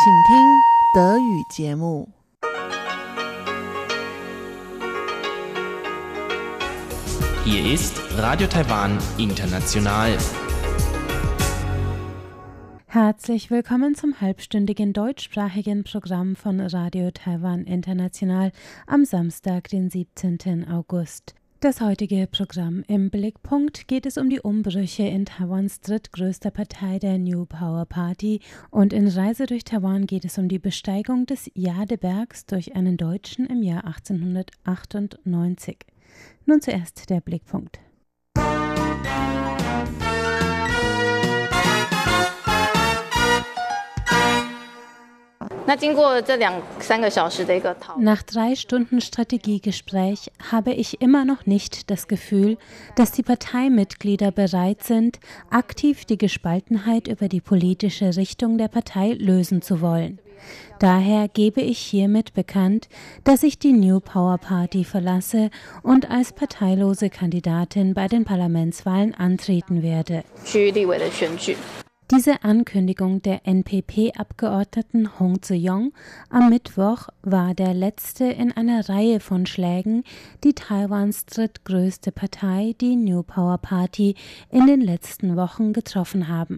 请听德语节目。 Hier ist Radio Taiwan International. Herzlich willkommen zum halbstündigen deutschsprachigen Programm von Radio Taiwan International am Samstag, den 17. August. Das heutige Programm im Blickpunkt geht es um die Umbrüche in Taiwans drittgrößter Partei, der New Power Party, und in Reise durch Taiwan geht es um die Besteigung des Jadebergs durch einen Deutschen im Jahr 1898. Nun zuerst der Blickpunkt. Nach 3 Stunden Strategiegespräch habe ich immer noch nicht das Gefühl, dass die Parteimitglieder bereit sind, aktiv die Gespaltenheit über die politische Richtung der Partei lösen zu wollen. Daher gebe ich hiermit bekannt, dass ich die New Power Party verlasse und als parteilose Kandidatin bei den Parlamentswahlen antreten werde. Diese Ankündigung der NPP-Abgeordneten Hong Tze-yong am Mittwoch war der letzte in einer Reihe von Schlägen, die Taiwans drittgrößte Partei, die New Power Party, in den letzten Wochen getroffen haben.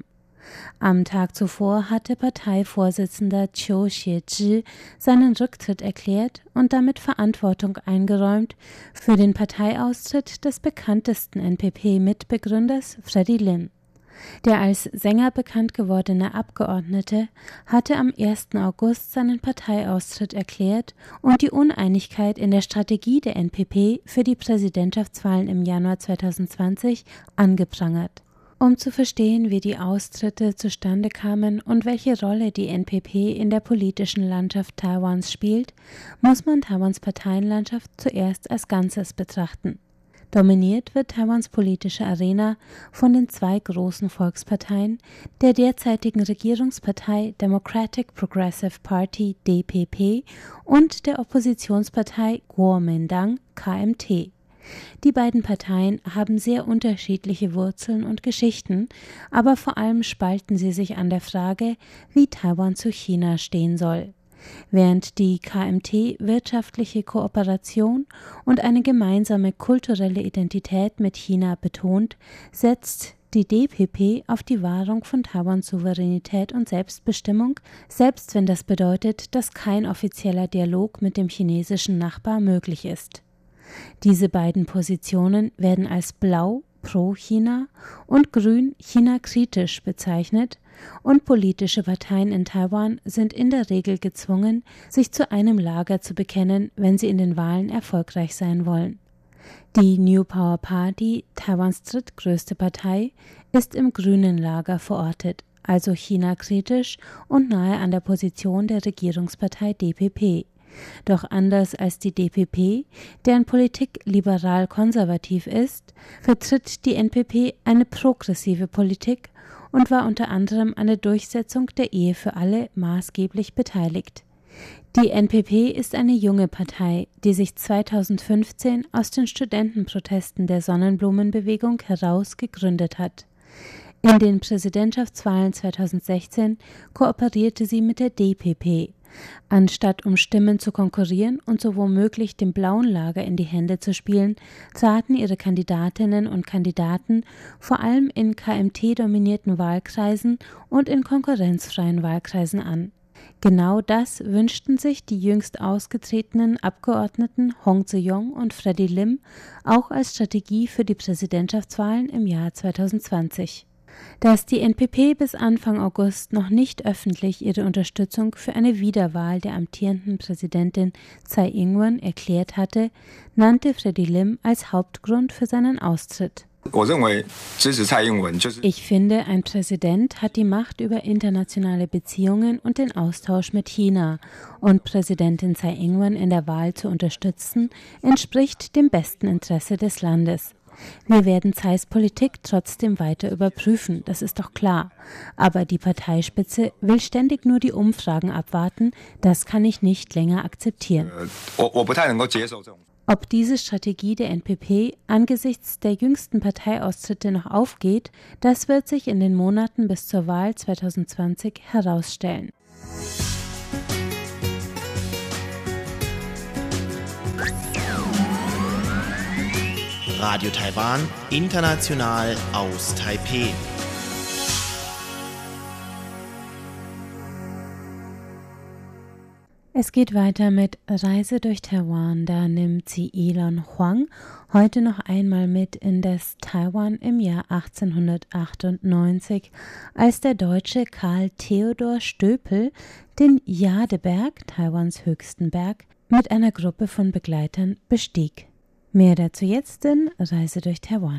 Am Tag zuvor hatte Parteivorsitzender Chiu Xie-zhi seinen Rücktritt erklärt und damit Verantwortung eingeräumt für den Parteiaustritt des bekanntesten NPP-Mitbegründers Freddie Lim. Der als Sänger bekannt gewordene Abgeordnete hatte am 1. August seinen Parteiaustritt erklärt und die Uneinigkeit in der Strategie der NPP für die Präsidentschaftswahlen im Januar 2020 angeprangert. Um zu verstehen, wie die Austritte zustande kamen und welche Rolle die NPP in der politischen Landschaft Taiwans spielt, muss man Taiwans Parteienlandschaft zuerst als Ganzes betrachten. Dominiert wird Taiwans politische Arena von den 2 großen Volksparteien, der derzeitigen Regierungspartei Democratic Progressive Party DPP und der Oppositionspartei Kuomintang KMT. Die beiden Parteien haben sehr unterschiedliche Wurzeln und Geschichten, aber vor allem spalten sie sich an der Frage, wie Taiwan zu China stehen soll. Während die KMT wirtschaftliche Kooperation und eine gemeinsame kulturelle Identität mit China betont, setzt die DPP auf die Wahrung von Taiwans Souveränität und Selbstbestimmung, selbst wenn das bedeutet, dass kein offizieller Dialog mit dem chinesischen Nachbar möglich ist. Diese beiden Positionen werden als Blau pro-China und Grün China-kritisch bezeichnet, und politische Parteien in Taiwan sind in der Regel gezwungen, sich zu einem Lager zu bekennen, wenn sie in den Wahlen erfolgreich sein wollen. Die New Power Party, Taiwans drittgrößte Partei, ist im grünen Lager verortet, also China-kritisch und nahe an der Position der Regierungspartei DPP. Doch anders als die DPP, deren Politik liberal-konservativ ist, vertritt die NPP eine progressive Politik und war unter anderem an der Durchsetzung der Ehe für alle maßgeblich beteiligt. Die NPP ist eine junge Partei, die sich 2015 aus den Studentenprotesten der Sonnenblumenbewegung heraus gegründet hat. In den Präsidentschaftswahlen 2016 kooperierte sie mit der DPP. Anstatt um Stimmen zu konkurrieren und so womöglich dem blauen Lager in die Hände zu spielen, traten ihre Kandidatinnen und Kandidaten vor allem in KMT-dominierten Wahlkreisen und in konkurrenzfreien Wahlkreisen an. Genau das wünschten sich die jüngst ausgetretenen Abgeordneten Hong Tze-yong und Freddie Lim auch als Strategie für die Präsidentschaftswahlen im Jahr 2020. Dass die NPP bis Anfang August noch nicht öffentlich ihre Unterstützung für eine Wiederwahl der amtierenden Präsidentin Tsai Ing-wen erklärt hatte, nannte Freddie Lim als Hauptgrund für seinen Austritt. Ich finde, ein Präsident hat die Macht über internationale Beziehungen und den Austausch mit China, und Präsidentin Tsai Ing-wen in der Wahl zu unterstützen, entspricht dem besten Interesse des Landes. Wir werden Tsais Politik trotzdem weiter überprüfen, das ist doch klar. Aber die Parteispitze will ständig nur die Umfragen abwarten, das kann ich nicht länger akzeptieren. Ob diese Strategie der NPP angesichts der jüngsten Parteiaustritte noch aufgeht, das wird sich in den Monaten bis zur Wahl 2020 herausstellen. Radio Taiwan, international aus Taipeh. Es geht weiter mit Reise durch Taiwan. Da nimmt sie Elon Huang heute noch einmal mit in das Taiwan im Jahr 1898, als der Deutsche Karl Theodor Stöpel den Jadeberg, Taiwans höchsten Berg, mit einer Gruppe von Begleitern bestieg. Mehr dazu jetzt in Reise durch Taiwan.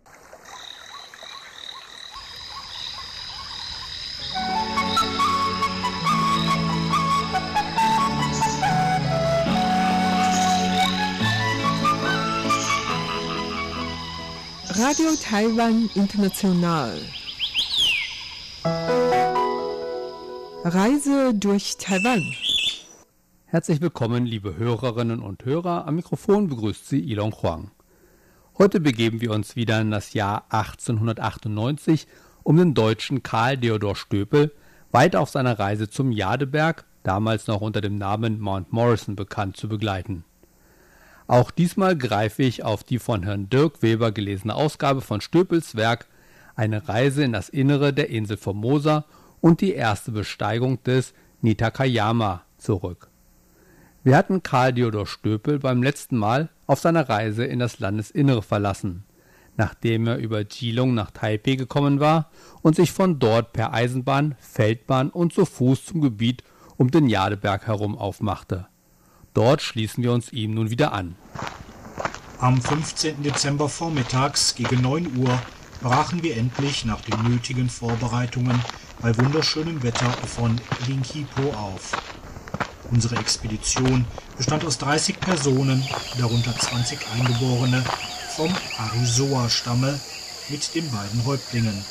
Radio Taiwan International. Reise durch Taiwan. Herzlich willkommen, liebe Hörerinnen und Hörer. Am Mikrofon begrüßt Sie Elon Huang. Heute begeben wir uns wieder in das Jahr 1898, um den deutschen Karl Theodor Stöpel weiter auf seiner Reise zum Jadeberg, damals noch unter dem Namen Mount Morrison bekannt, zu begleiten. Auch diesmal greife ich auf die von Herrn Dirk Weber gelesene Ausgabe von Stöpels Werk Eine Reise in das Innere der Insel Formosa und die erste Besteigung des Niitakayama zurück. Wir hatten Karl Theodor Stöpel beim letzten Mal auf seiner Reise in das Landesinnere verlassen, nachdem er über Keelung nach Taipeh gekommen war und sich von dort per Eisenbahn, Feldbahn und zu Fuß zum Gebiet um den Jadeberg herum aufmachte. Dort schließen wir uns ihm nun wieder an. Am 15. Dezember vormittags gegen 9 Uhr brachen wir endlich nach den nötigen Vorbereitungen bei wunderschönem Wetter von Linqipo auf. Unsere Expedition bestand aus 30 Personen, darunter 20 Eingeborene vom Arisoa-Stamme mit den beiden Häuptlingen.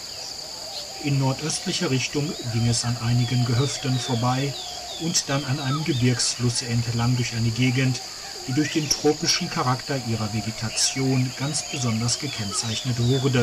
In nordöstlicher Richtung ging es an einigen Gehöften vorbei und dann an einem Gebirgsflusse entlang durch eine Gegend, die durch den tropischen Charakter ihrer Vegetation ganz besonders gekennzeichnet wurde.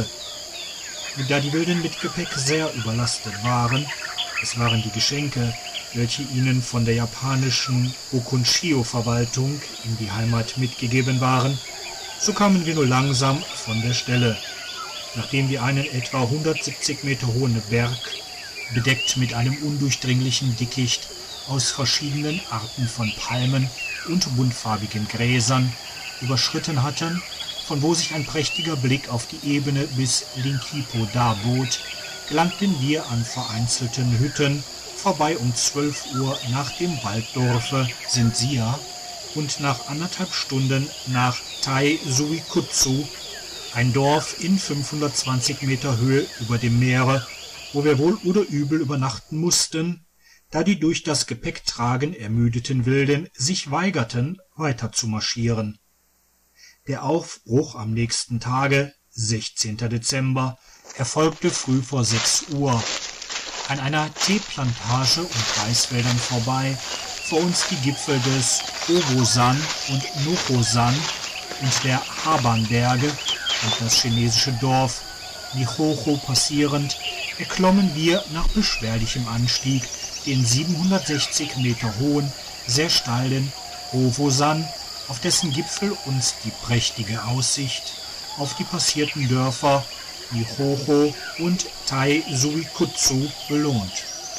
Da die Wilden mit Gepäck sehr überlastet waren, es waren die Geschenke, welche ihnen von der japanischen Okunshio-Verwaltung in die Heimat mitgegeben waren, so kamen wir nur langsam von der Stelle. Nachdem wir einen etwa 170 Meter hohen Berg, bedeckt mit einem undurchdringlichen Dickicht aus verschiedenen Arten von Palmen und buntfarbigen Gräsern überschritten hatten, von wo sich ein prächtiger Blick auf die Ebene bis Linqipo darbot, gelangten wir an vereinzelten Hütten vorbei um 12 Uhr nach dem Walddorfe Sensia und nach 1,5 Stunden nach Tai Suikutsu, ein Dorf in 520 Meter Höhe über dem Meere, wo wir wohl oder übel übernachten mussten, da die durch das Gepäcktragen ermüdeten Wilden sich weigerten, weiter zu marschieren. Der Aufbruch am nächsten Tage, 16. Dezember, erfolgte früh vor 6 Uhr. An einer Teeplantage und Reisfeldern vorbei, vor uns die Gipfel des Obosan und Nokosan und der Haban-Berge und das chinesische Dorf Nihocho passierend, erklommen wir nach beschwerlichem Anstieg den 760 Meter hohen, sehr steilen Obosan, auf dessen Gipfel uns die prächtige Aussicht auf die passierten Dörfer Nihocho und Tai Suikutsu belohnt.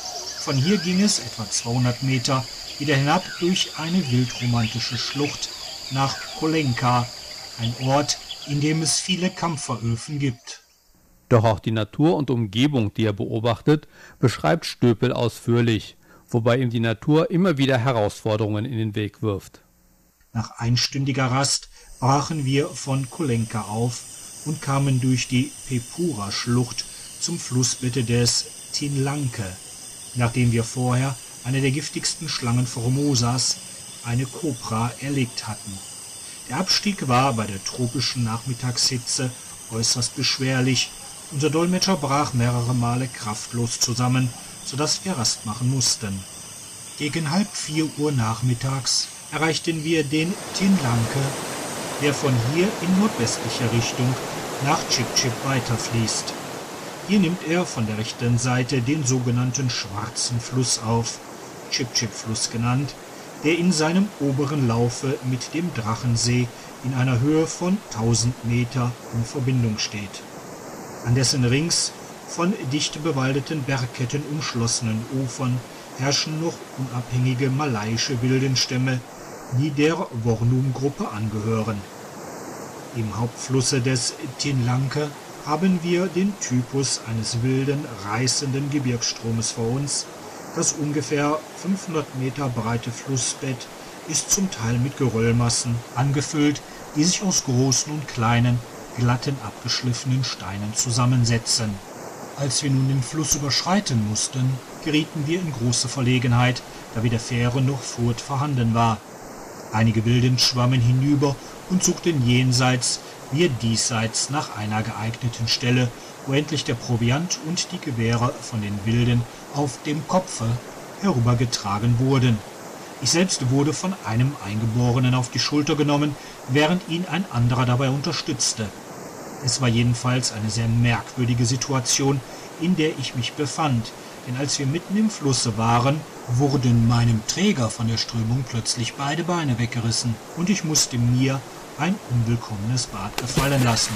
Von hier ging es etwa 200 Meter wieder hinab durch eine wildromantische Schlucht nach Kolenka, ein Ort, in dem es viele Kampferöfen gibt. Doch auch die Natur und Umgebung, die er beobachtet, beschreibt Stöpel ausführlich, wobei ihm die Natur immer wieder Herausforderungen in den Weg wirft. Nach einstündiger Rast brachen wir von Kolenka auf und kamen durch die Pepura-Schlucht zum Flussbette des Tinlanke, nachdem wir vorher eine der giftigsten Schlangen Formosas, eine Kobra, erlegt hatten. Der Abstieg war bei der tropischen Nachmittagshitze äußerst beschwerlich. Unser Dolmetscher brach mehrere Male kraftlos zusammen, sodass wir Rast machen mussten. Gegen 3:30 Uhr nachmittags erreichten wir den Tinlanke, der von hier in nordwestlicher Richtung nach Chip-Chip weiterfließt. Hier nimmt er von der rechten Seite den sogenannten Schwarzen Fluss auf, Chip-Chip-Fluss genannt, der in seinem oberen Laufe mit dem Drachensee in einer Höhe von 1000 Meter in Verbindung steht. An dessen rings von dicht bewaldeten Bergketten umschlossenen Ufern herrschen noch unabhängige malaiische Wildenstämme, die der Wornum-Gruppe angehören. Im Hauptflusse des Tinlanke haben wir den Typus eines wilden, reißenden Gebirgsstromes vor uns. Das ungefähr 500 Meter breite Flussbett ist zum Teil mit Geröllmassen angefüllt, die sich aus großen und kleinen, glatten, abgeschliffenen Steinen zusammensetzen. Als wir nun den Fluss überschreiten mussten, gerieten wir in große Verlegenheit, da weder Fähre noch Furt vorhanden war. Einige Wilden schwammen hinüber und suchten jenseits, wir diesseits nach einer geeigneten Stelle, wo endlich der Proviant und die Gewehre von den Wilden auf dem Kopfe herübergetragen wurden. Ich selbst wurde von einem Eingeborenen auf die Schulter genommen, während ihn ein anderer dabei unterstützte. Es war jedenfalls eine sehr merkwürdige Situation, in der ich mich befand, denn als wir mitten im Flusse waren, wurden meinem Träger von der Strömung plötzlich beide Beine weggerissen und ich musste mir ein unwillkommenes Bad gefallen lassen.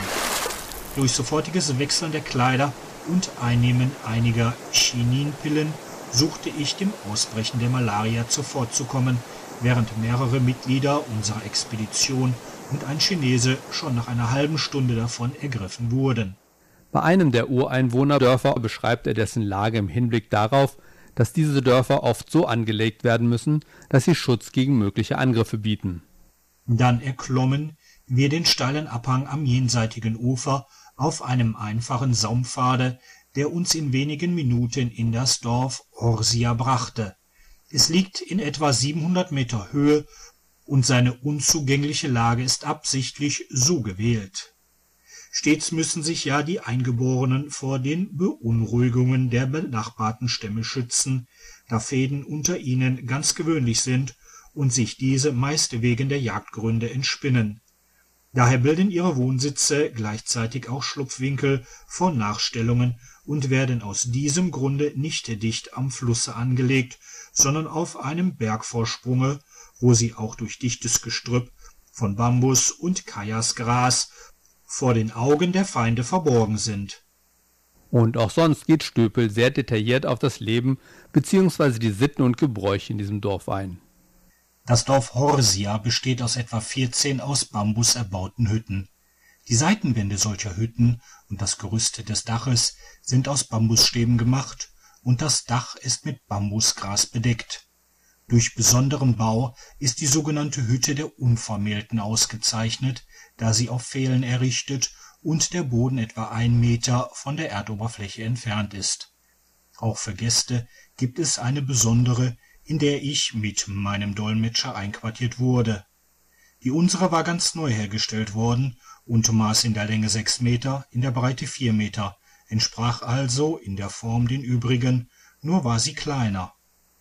Durch sofortiges Wechseln der Kleider und Einnehmen einiger Chininpillen suchte ich dem Ausbrechen der Malaria zuvorzukommen, während mehrere Mitglieder unserer Expedition und ein Chinese schon nach einer halben Stunde davon ergriffen wurden. Bei einem der Ureinwohnerdörfer beschreibt er dessen Lage im Hinblick darauf, dass diese Dörfer oft so angelegt werden müssen, dass sie Schutz gegen mögliche Angriffe bieten. Dann erklommen wir den steilen Abhang am jenseitigen Ufer auf einem einfachen Saumpfade, der uns in wenigen Minuten in das Dorf Horsia brachte. Es liegt in etwa 700 Meter Höhe und seine unzugängliche Lage ist absichtlich so gewählt. Stets müssen sich ja die Eingeborenen vor den Beunruhigungen der benachbarten Stämme schützen, da Fehden unter ihnen ganz gewöhnlich sind und sich diese meist wegen der Jagdgründe entspinnen. Daher bilden ihre Wohnsitze gleichzeitig auch Schlupfwinkel vor Nachstellungen und werden aus diesem Grunde nicht dicht am Flusse angelegt, sondern auf einem Bergvorsprunge, wo sie auch durch dichtes Gestrüpp von Bambus und Kajasgras vor den Augen der Feinde verborgen sind. Und auch sonst geht Stöpel sehr detailliert auf das Leben bzw. die Sitten und Gebräuche in diesem Dorf ein. Das Dorf Horsia besteht aus etwa 14 aus Bambus erbauten Hütten. Die Seitenwände solcher Hütten und das Gerüst des Daches sind aus Bambusstäben gemacht und das Dach ist mit Bambusgras bedeckt. Durch besonderen Bau ist die sogenannte Hütte der Unvermählten ausgezeichnet, da sie auf Pfählen errichtet und der Boden etwa 1 Meter von der Erdoberfläche entfernt ist. Auch für Gäste gibt es eine besondere, in der ich mit meinem Dolmetscher einquartiert wurde. Die unsere war ganz neu hergestellt worden und maß in der Länge 6 Meter, in der Breite 4 Meter, entsprach also in der Form den übrigen, nur war sie kleiner.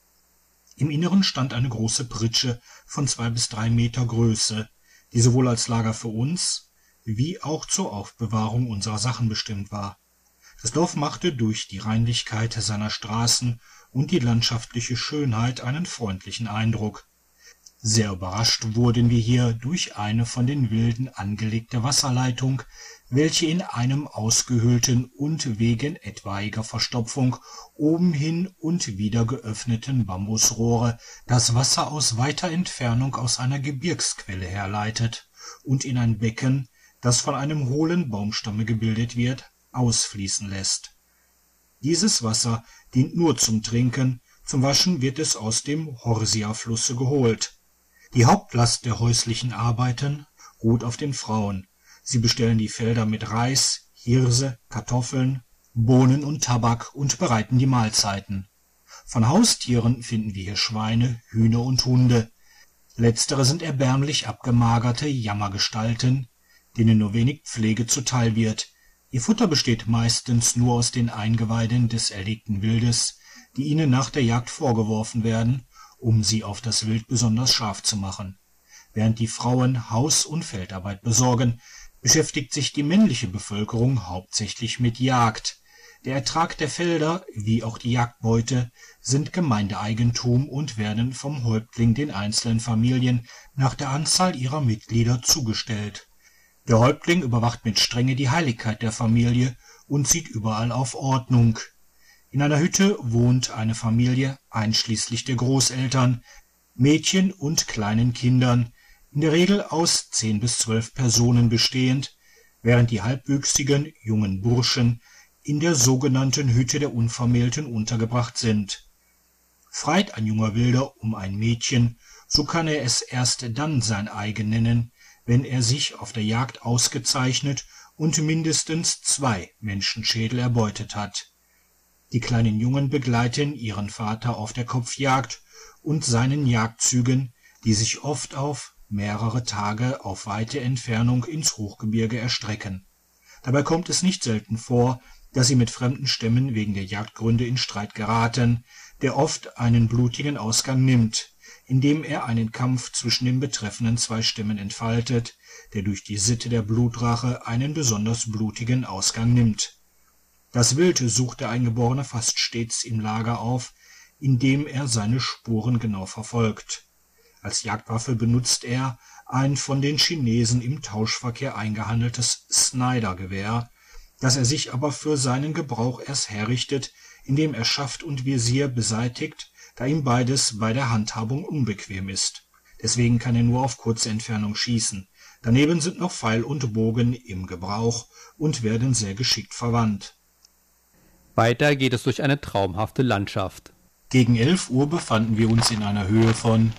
Im Inneren stand eine große Pritsche von 2 bis 3 Meter Größe, die sowohl als Lager für uns wie auch zur Aufbewahrung unserer Sachen bestimmt war. Das Dorf machte durch die Reinlichkeit seiner Straßen und die landschaftliche Schönheit einen freundlichen Eindruck. Sehr überrascht wurden wir hier durch eine von den Wilden angelegte Wasserleitung, welche in einem ausgehöhlten und wegen etwaiger Verstopfung obenhin und wieder geöffneten Bambusrohre das Wasser aus weiter Entfernung aus einer Gebirgsquelle herleitet und in ein Becken, das von einem hohlen Baumstamme gebildet wird, ausfließen lässt. Dieses Wasser dient nur zum Trinken, zum Waschen wird es aus dem Horsia-Flusse geholt. Die Hauptlast der häuslichen Arbeiten ruht auf den Frauen. Sie bestellen die Felder mit Reis, Hirse, Kartoffeln, Bohnen und Tabak und bereiten die Mahlzeiten. Von Haustieren finden wir hier Schweine, Hühner und Hunde. Letztere sind erbärmlich abgemagerte Jammergestalten, denen nur wenig Pflege zuteil wird. Ihr Futter besteht meistens nur aus den Eingeweiden des erlegten Wildes, die ihnen nach der Jagd vorgeworfen werden, um sie auf das Wild besonders scharf zu machen. Während die Frauen Haus- und Feldarbeit besorgen, beschäftigt sich die männliche Bevölkerung hauptsächlich mit Jagd. Der Ertrag der Felder wie auch die Jagdbeute sind Gemeindeeigentum und werden vom Häuptling den einzelnen Familien nach der Anzahl ihrer Mitglieder zugestellt. Der Häuptling überwacht mit Strenge die Heiligkeit der Familie und sieht überall auf Ordnung. In einer Hütte wohnt eine Familie, einschließlich der Großeltern, Mädchen und kleinen Kindern, in der Regel aus 10 bis 12 Personen bestehend, während die halbwüchsigen jungen Burschen in der sogenannten Hütte der Unvermählten untergebracht sind. Freit ein junger Wilder um ein Mädchen, so kann er es erst dann sein eigen nennen, wenn er sich auf der Jagd ausgezeichnet und mindestens 2 Menschenschädel erbeutet hat. Die kleinen Jungen begleiten ihren Vater auf der Kopfjagd und seinen Jagdzügen, die sich oft auf mehrere Tage auf weite Entfernung ins Hochgebirge erstrecken. Dabei kommt es nicht selten vor, dass sie mit fremden Stämmen wegen der Jagdgründe in Streit geraten, der oft einen blutigen Ausgang nimmt, indem er einen Kampf zwischen den betreffenden 2 Stämmen entfaltet, der durch die Sitte der Blutrache einen besonders blutigen Ausgang nimmt. Das Wild sucht der Eingeborene fast stets im Lager auf, indem er seine Spuren genau verfolgt. Als Jagdwaffe benutzt er ein von den Chinesen im Tauschverkehr eingehandeltes Snider-Gewehr, das er sich aber für seinen Gebrauch erst herrichtet, indem er Schaft und Visier beseitigt, da ihm beides bei der Handhabung unbequem ist. Deswegen kann er nur auf kurze Entfernung schießen. Daneben sind noch Pfeil und Bogen im Gebrauch und werden sehr geschickt verwandt. Weiter geht es durch eine traumhafte Landschaft. Gegen 11 Uhr befanden wir uns in einer Höhe von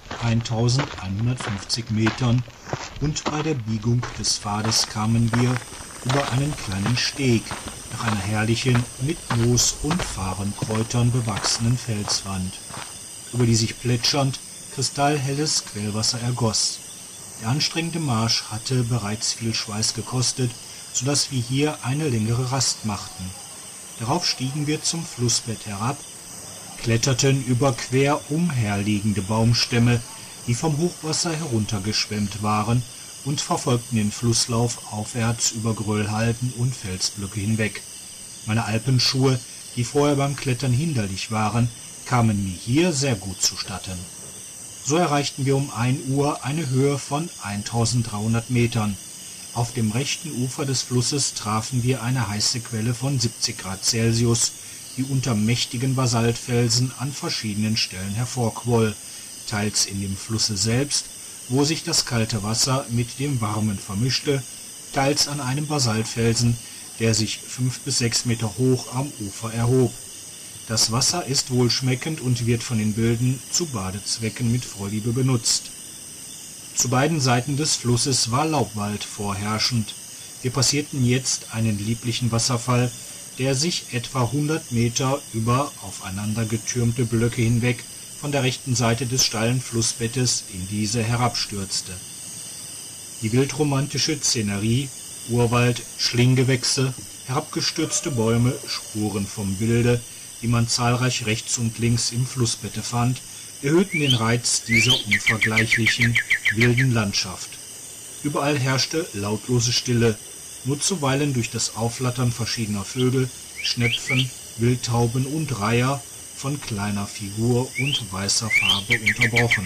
1150 Metern und bei der Biegung des Pfades kamen wir über einen kleinen Steg nach einer herrlichen, mit Moos und Farrenkräutern bewachsenen Felswand, über die sich plätschernd kristallhelles Quellwasser ergoss. Der anstrengende Marsch hatte bereits viel Schweiß gekostet, so dass wir hier eine längere Rast machten. Darauf stiegen wir zum Flussbett herab, kletterten über quer umherliegende Baumstämme, die vom Hochwasser heruntergeschwemmt waren, und verfolgten den Flusslauf aufwärts über Geröllhalden und Felsblöcke hinweg. Meine Alpenschuhe, die vorher beim Klettern hinderlich waren, kamen mir hier sehr gut zustatten. So erreichten wir um 1 Uhr eine Höhe von 1300 Metern. Auf dem rechten Ufer des Flusses trafen wir eine heiße Quelle von 70 Grad Celsius, die unter mächtigen Basaltfelsen an verschiedenen Stellen hervorquoll, teils in dem Flusse selbst, wo sich das kalte Wasser mit dem warmen vermischte, teils an einem Basaltfelsen, der sich 5 bis 6 Meter hoch am Ufer erhob. Das Wasser ist wohlschmeckend und wird von den Wilden zu Badezwecken mit Vorliebe benutzt. Zu beiden Seiten des Flusses war Laubwald vorherrschend. Wir passierten jetzt einen lieblichen Wasserfall, der sich etwa 100 Meter über aufeinander getürmte Blöcke hinweg von der rechten Seite des steilen Flussbettes in diese herabstürzte. Die wildromantische Szenerie, Urwald, Schlinggewächse, herabgestürzte Bäume, Spuren vom Wilde, die man zahlreich rechts und links im Flussbette fand, erhöhten den Reiz dieser unvergleichlichen, wilden Landschaft. Überall herrschte lautlose Stille, nur zuweilen durch das Aufflattern verschiedener Vögel, Schnepfen, Wildtauben und Reiher von kleiner Figur und weißer Farbe unterbrochen.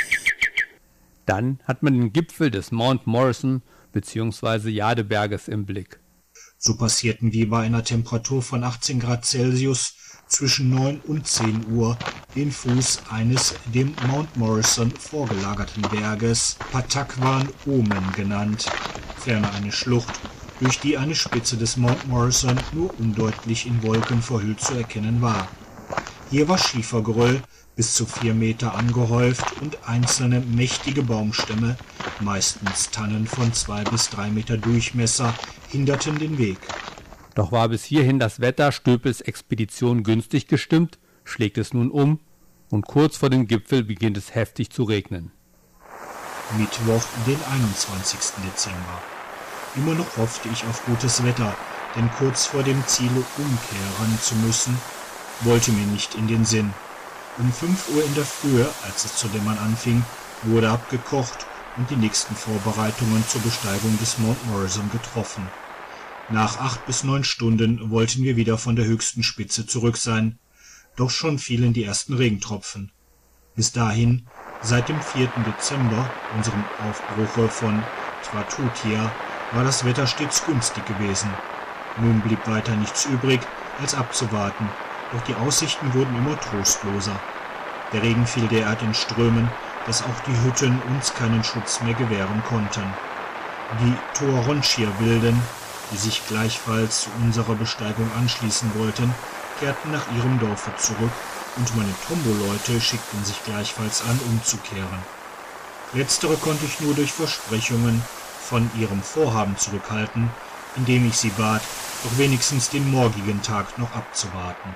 Dann hat man den Gipfel des Mount Morrison bzw. Jadeberges im Blick. So passierten wir bei einer Temperatur von 18 Grad Celsius zwischen 9 und 10 Uhr den Fuß eines dem Mount Morrison vorgelagerten Berges, Pattakwan Omen genannt, ferner eine Schlucht, durch die eine Spitze des Mount Morrison nur undeutlich in Wolken verhüllt zu erkennen war. Hier war Schiefergeröll bis zu 4 Meter angehäuft und einzelne mächtige Baumstämme, meistens Tannen von 2 bis 3 Meter Durchmesser, hinderten den Weg. Doch war bis hierhin das Wetter Stöpels Expedition günstig gestimmt, schlägt es nun um und kurz vor dem Gipfel beginnt es heftig zu regnen. Mittwoch, den 21. Dezember. Immer noch hoffte ich auf gutes Wetter, denn kurz vor dem Ziele umkehren zu müssen, wollte mir nicht in den Sinn. Um 5 Uhr in der Frühe, als es zu dämmern anfing, wurde abgekocht und die nächsten Vorbereitungen zur Besteigung des Mount Morrison getroffen. Nach 8 bis 9 Stunden wollten wir wieder von der höchsten Spitze zurück sein, doch schon fielen die ersten Regentropfen. Bis dahin, seit dem 4. Dezember, unserem Aufbruche von Twatutia, war das Wetter stets günstig gewesen. Nun blieb weiter nichts übrig, als abzuwarten, doch die Aussichten wurden immer trostloser. Der Regen fiel derart in Strömen, dass auch die Hütten uns keinen Schutz mehr gewähren konnten. Die Toaronshia-Wilden, die sich gleichfalls zu unserer Besteigung anschließen wollten, kehrten nach ihrem Dorfe zurück und meine Tombo-Leute schickten sich gleichfalls an, umzukehren. Letztere konnte ich nur durch Versprechungen von ihrem Vorhaben zurückhalten, indem ich sie bat, doch wenigstens den morgigen Tag noch abzuwarten.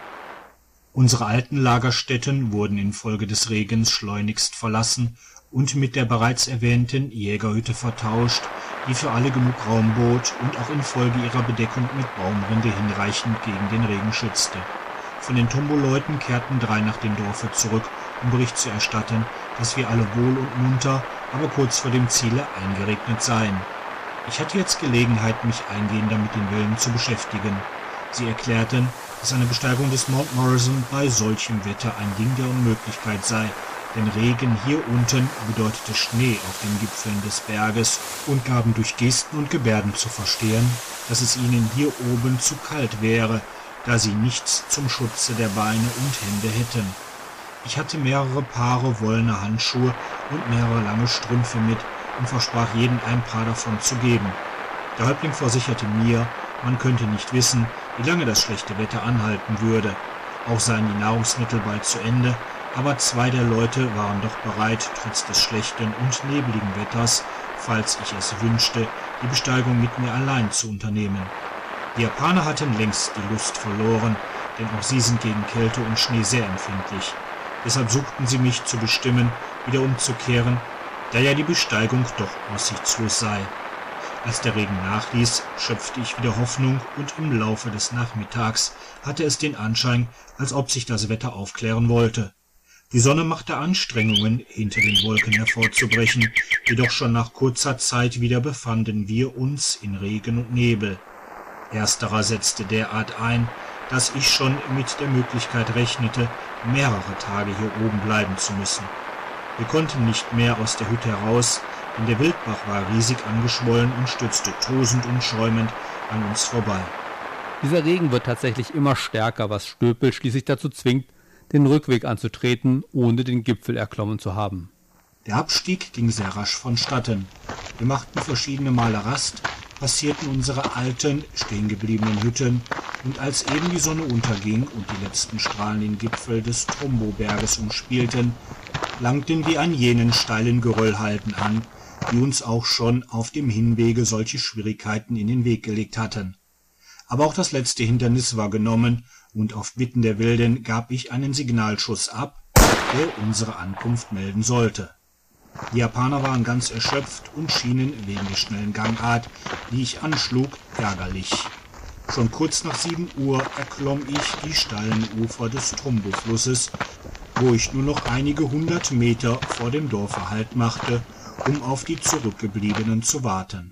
Unsere alten Lagerstätten wurden infolge des Regens schleunigst verlassen und mit der bereits erwähnten Jägerhütte vertauscht, die für alle genug Raum bot und auch infolge ihrer Bedeckung mit Baumrinde hinreichend gegen den Regen schützte. Von den Tombo-Leuten kehrten 3 nach dem Dorfe zurück, um Bericht zu erstatten, dass wir alle wohl und munter, aber kurz vor dem Ziele eingeregnet seien. Ich hatte jetzt Gelegenheit, mich eingehender mit den Wilden zu beschäftigen. Sie erklärten, dass eine Besteigung des Mount Morrison bei solchem Wetter ein Ding der Unmöglichkeit sei, denn Regen hier unten bedeutete Schnee auf den Gipfeln des Berges und gaben durch Gesten und Gebärden zu verstehen, dass es ihnen hier oben zu kalt wäre, da sie nichts zum Schutze der Beine und Hände hätten. Ich hatte mehrere Paare wollener Handschuhe und mehrere lange Strümpfe mit und versprach jedem ein Paar davon zu geben. Der Häuptling versicherte mir, man könnte nicht wissen, wie lange das schlechte Wetter anhalten würde. Auch seien die Nahrungsmittel bald zu Ende, aber 2 der Leute waren doch bereit, trotz des schlechten und nebligen Wetters, falls ich es wünschte, die Besteigung mit mir allein zu unternehmen. Die Japaner hatten längst die Lust verloren, denn auch sie sind gegen Kälte und Schnee sehr empfindlich. Deshalb suchten sie mich zu bestimmen, wieder umzukehren, da ja die Besteigung doch aussichtslos sei. Als der Regen nachließ, schöpfte ich wieder Hoffnung und im Laufe des Nachmittags hatte es den Anschein, als ob sich das Wetter aufklären wollte. Die Sonne machte Anstrengungen, hinter den Wolken hervorzubrechen, jedoch schon nach kurzer Zeit wieder befanden wir uns in Regen und Nebel. Ersterer setzte derart ein, dass ich schon mit der Möglichkeit rechnete, mehrere Tage hier oben bleiben zu müssen. Wir konnten nicht mehr aus der Hütte heraus, denn der Wildbach war riesig angeschwollen und stürzte tosend und schäumend an uns vorbei. Dieser Regen wird tatsächlich immer stärker, was Stöpel schließlich dazu zwingt, den Rückweg anzutreten, ohne den Gipfel erklommen zu haben. Der Abstieg ging sehr rasch vonstatten. Wir machten verschiedene Male Rast, passierten unsere alten, stehengebliebenen Hütten, und als eben die Sonne unterging und die letzten Strahlen den Gipfel des Tombo-Berges umspielten, langten wir an jenen steilen Geröllhalden an, die uns auch schon auf dem Hinwege solche Schwierigkeiten in den Weg gelegt hatten. Aber auch das letzte Hindernis war genommen, und auf Bitten der Wilden gab ich einen Signalschuss ab, der unsere Ankunft melden sollte. Die Japaner waren ganz erschöpft und schienen wegen der schnellen Gangart, die ich anschlug, ärgerlich. Schon kurz nach 7 Uhr erklomm ich die steilen Ufer des Tombo-Flusses, wo ich nur noch einige 100 Meter vor dem Dorfe Halt machte, um auf die Zurückgebliebenen zu warten.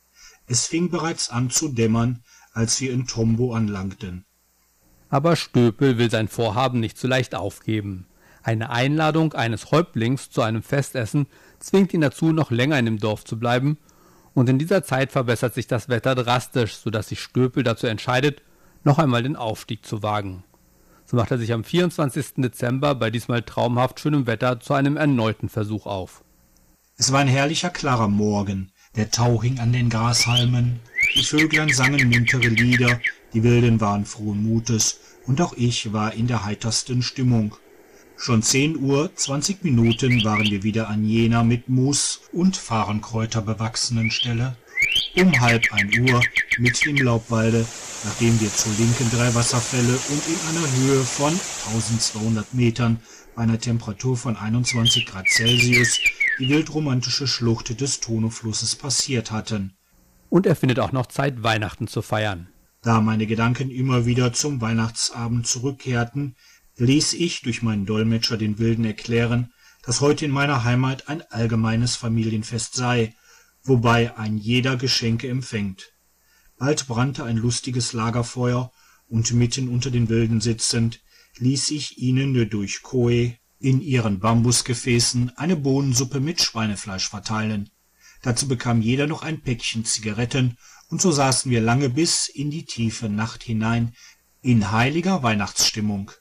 Es fing bereits an zu dämmern, als wir in Tombo anlangten. Aber Stöpel will sein Vorhaben nicht so leicht aufgeben. Eine Einladung eines Häuptlings zu einem Festessen zwingt ihn dazu, noch länger in dem Dorf zu bleiben, und in dieser Zeit verbessert sich das Wetter drastisch, sodass sich Stöpel dazu entscheidet, noch einmal den Aufstieg zu wagen. So macht er sich am 24. Dezember bei diesmal traumhaft schönem Wetter zu einem erneuten Versuch auf. Es war ein herrlicher, klarer Morgen. Der Tau hing an den Grashalmen, die Vöglein sangen muntere Lieder, die Wilden waren frohen Mutes, und auch ich war in der heitersten Stimmung. Schon 10 Uhr, 20 Minuten waren wir wieder an jener mit Moos und Farrenkräuter bewachsenen Stelle. Um 12:30 Uhr, mitten im Laubwalde, nachdem wir zur Linken 3 Wasserfälle und in einer Höhe von 1200 Metern bei einer Temperatur von 21 Grad Celsius die wildromantische Schlucht des Tono-Flusses passiert hatten. Und er findet auch noch Zeit, Weihnachten zu feiern. Da meine Gedanken immer wieder zum Weihnachtsabend zurückkehrten, ließ ich durch meinen Dolmetscher den Wilden erklären, dass heute in meiner Heimat ein allgemeines Familienfest sei, wobei ein jeder Geschenke empfängt. Bald brannte ein lustiges Lagerfeuer, und mitten unter den Wilden sitzend, ließ ich ihnen durch Koe in ihren Bambusgefäßen eine Bohnensuppe mit Schweinefleisch verteilen. Dazu bekam jeder noch ein Päckchen Zigaretten, und so saßen wir lange bis in die tiefe Nacht hinein in heiliger Weihnachtsstimmung.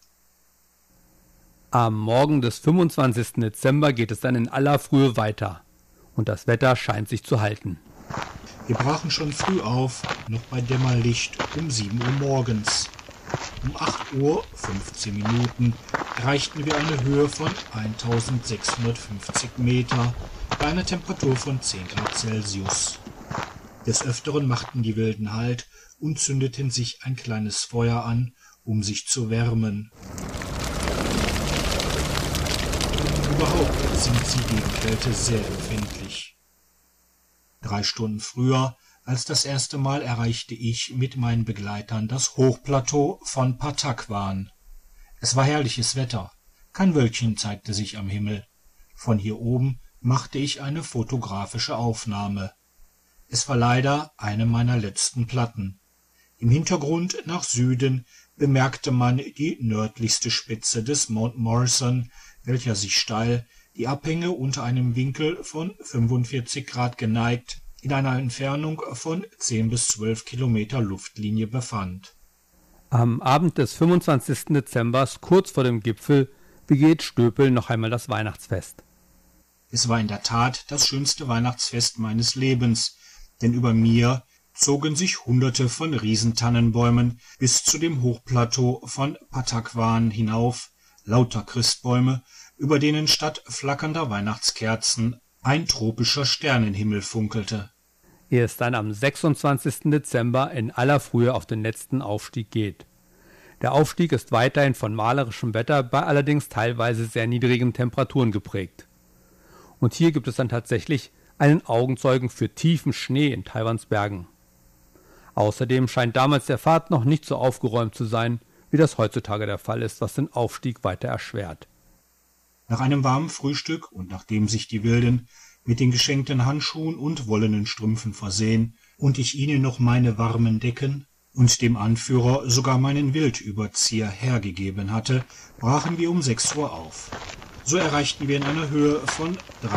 Am Morgen des 25. Dezember geht es dann in aller Frühe weiter und das Wetter scheint sich zu halten. Wir brachen schon früh auf, noch bei Dämmerlicht um 7 Uhr morgens. Um 8 Uhr 15 Minuten erreichten wir eine Höhe von 1650 Meter bei einer Temperatur von 10 Grad Celsius. Des Öfteren machten die Wilden Halt und zündeten sich ein kleines Feuer an, um sich zu wärmen. Überhaupt sind sie gegen Kälte sehr empfindlich. 3 Stunden früher als das erste Mal erreichte ich mit meinen Begleitern das Hochplateau von Pattakwan. Es war herrliches Wetter. Kein Wölkchen zeigte sich am Himmel. Von hier oben machte ich eine fotografische Aufnahme. Es war leider eine meiner letzten Platten. Im Hintergrund nach Süden bemerkte man die nördlichste Spitze des Mount Morrison, welcher sich steil, die Abhänge unter einem Winkel von 45 Grad geneigt, in einer Entfernung von 10 bis 12 Kilometer Luftlinie befand. Am Abend des 25. Dezember, kurz vor dem Gipfel, begeht Stöpel noch einmal das Weihnachtsfest. Es war in der Tat das schönste Weihnachtsfest meines Lebens, denn über mir zogen sich Hunderte von Riesentannenbäumen bis zu dem Hochplateau von Pattakwan hinauf, lauter Christbäume, über denen statt flackernder Weihnachtskerzen ein tropischer Sternenhimmel funkelte. Ehe es dann am 26. Dezember in aller Frühe auf den letzten Aufstieg geht. Der Aufstieg ist weiterhin von malerischem Wetter bei allerdings teilweise sehr niedrigen Temperaturen geprägt. Und hier gibt es dann tatsächlich einen Augenzeugen für tiefen Schnee in Taiwans Bergen. Außerdem scheint damals der Pfad noch nicht so aufgeräumt zu sein, wie das heutzutage der Fall ist, was den Aufstieg weiter erschwert. Nach einem warmen Frühstück und nachdem sich die Wilden mit den geschenkten Handschuhen und wollenen Strümpfen versehen und ich ihnen noch meine warmen Decken und dem Anführer sogar meinen Wildüberzieher hergegeben hatte, brachen wir um 6 Uhr auf. So erreichten wir in einer Höhe von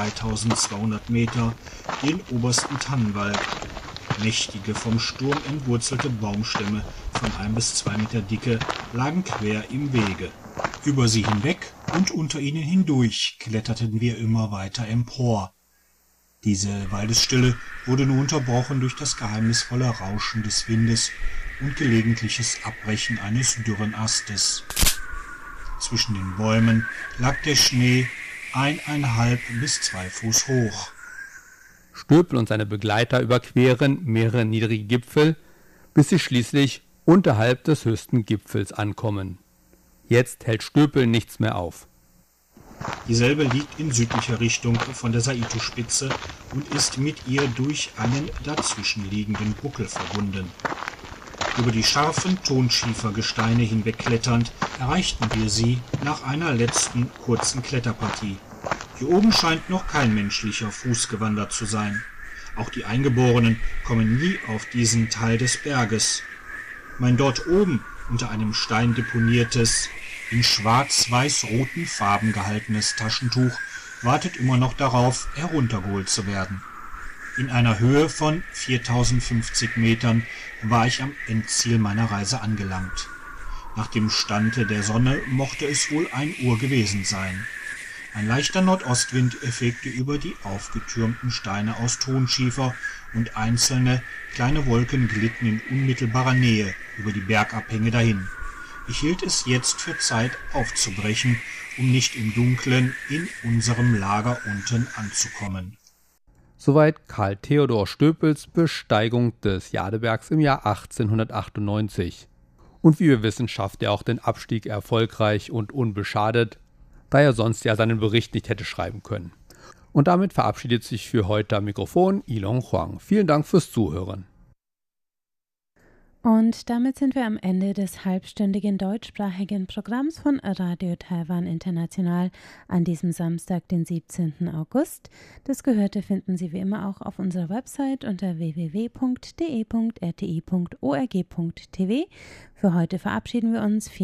3200 Meter den obersten Tannenwald. Mächtige, vom Sturm entwurzelte Baumstämme von 1 bis 2 Meter Dicke lagen quer im Wege. Über sie hinweg und unter ihnen hindurch kletterten wir immer weiter empor. Diese Waldesstille wurde nur unterbrochen durch das geheimnisvolle Rauschen des Windes und gelegentliches Abbrechen eines dürren Astes. Zwischen den Bäumen lag der Schnee 1,5 bis 2 Fuß hoch. Stöpel und seine Begleiter überqueren mehrere niedrige Gipfel, bis sie schließlich unterhalb des höchsten Gipfels ankommen. Jetzt hält Stöpel nichts mehr auf. Dieselbe liegt in südlicher Richtung von der Saito-Spitze und ist mit ihr durch einen dazwischenliegenden Buckel verbunden. Über die scharfen Tonschiefergesteine hinwegkletternd erreichten wir sie nach einer letzten kurzen Kletterpartie. Hier oben scheint noch kein menschlicher Fuß gewandert zu sein. Auch die Eingeborenen kommen nie auf diesen Teil des Berges. Mein dort oben unter einem Stein deponiertes, in schwarz-weiß-roten Farben gehaltenes Taschentuch wartet immer noch darauf, heruntergeholt zu werden. In einer Höhe von 4050 Metern war ich am Endziel meiner Reise angelangt. Nach dem Stande der Sonne mochte es wohl 1 Uhr gewesen sein. Ein leichter Nordostwind fegte über die aufgetürmten Steine aus Tonschiefer und einzelne kleine Wolken glitten in unmittelbarer Nähe über die Bergabhänge dahin. Ich hielt es jetzt für Zeit aufzubrechen, um nicht im Dunkeln in unserem Lager unten anzukommen. Soweit Karl Theodor Stöpels Besteigung des Jadebergs im Jahr 1898. Und wie wir wissen, schafft er auch den Abstieg erfolgreich und unbeschadet, da er sonst ja seinen Bericht nicht hätte schreiben können. Und damit verabschiedet sich für heute am Mikrofon Ilon Huang. Vielen Dank fürs Zuhören. Und damit sind wir am Ende des halbstündigen deutschsprachigen Programms von Radio Taiwan International an diesem Samstag, den 17. August. Das Gehörte finden Sie wie immer auch auf unserer Website unter www.de.rti.org.tv. Für heute verabschieden wir uns.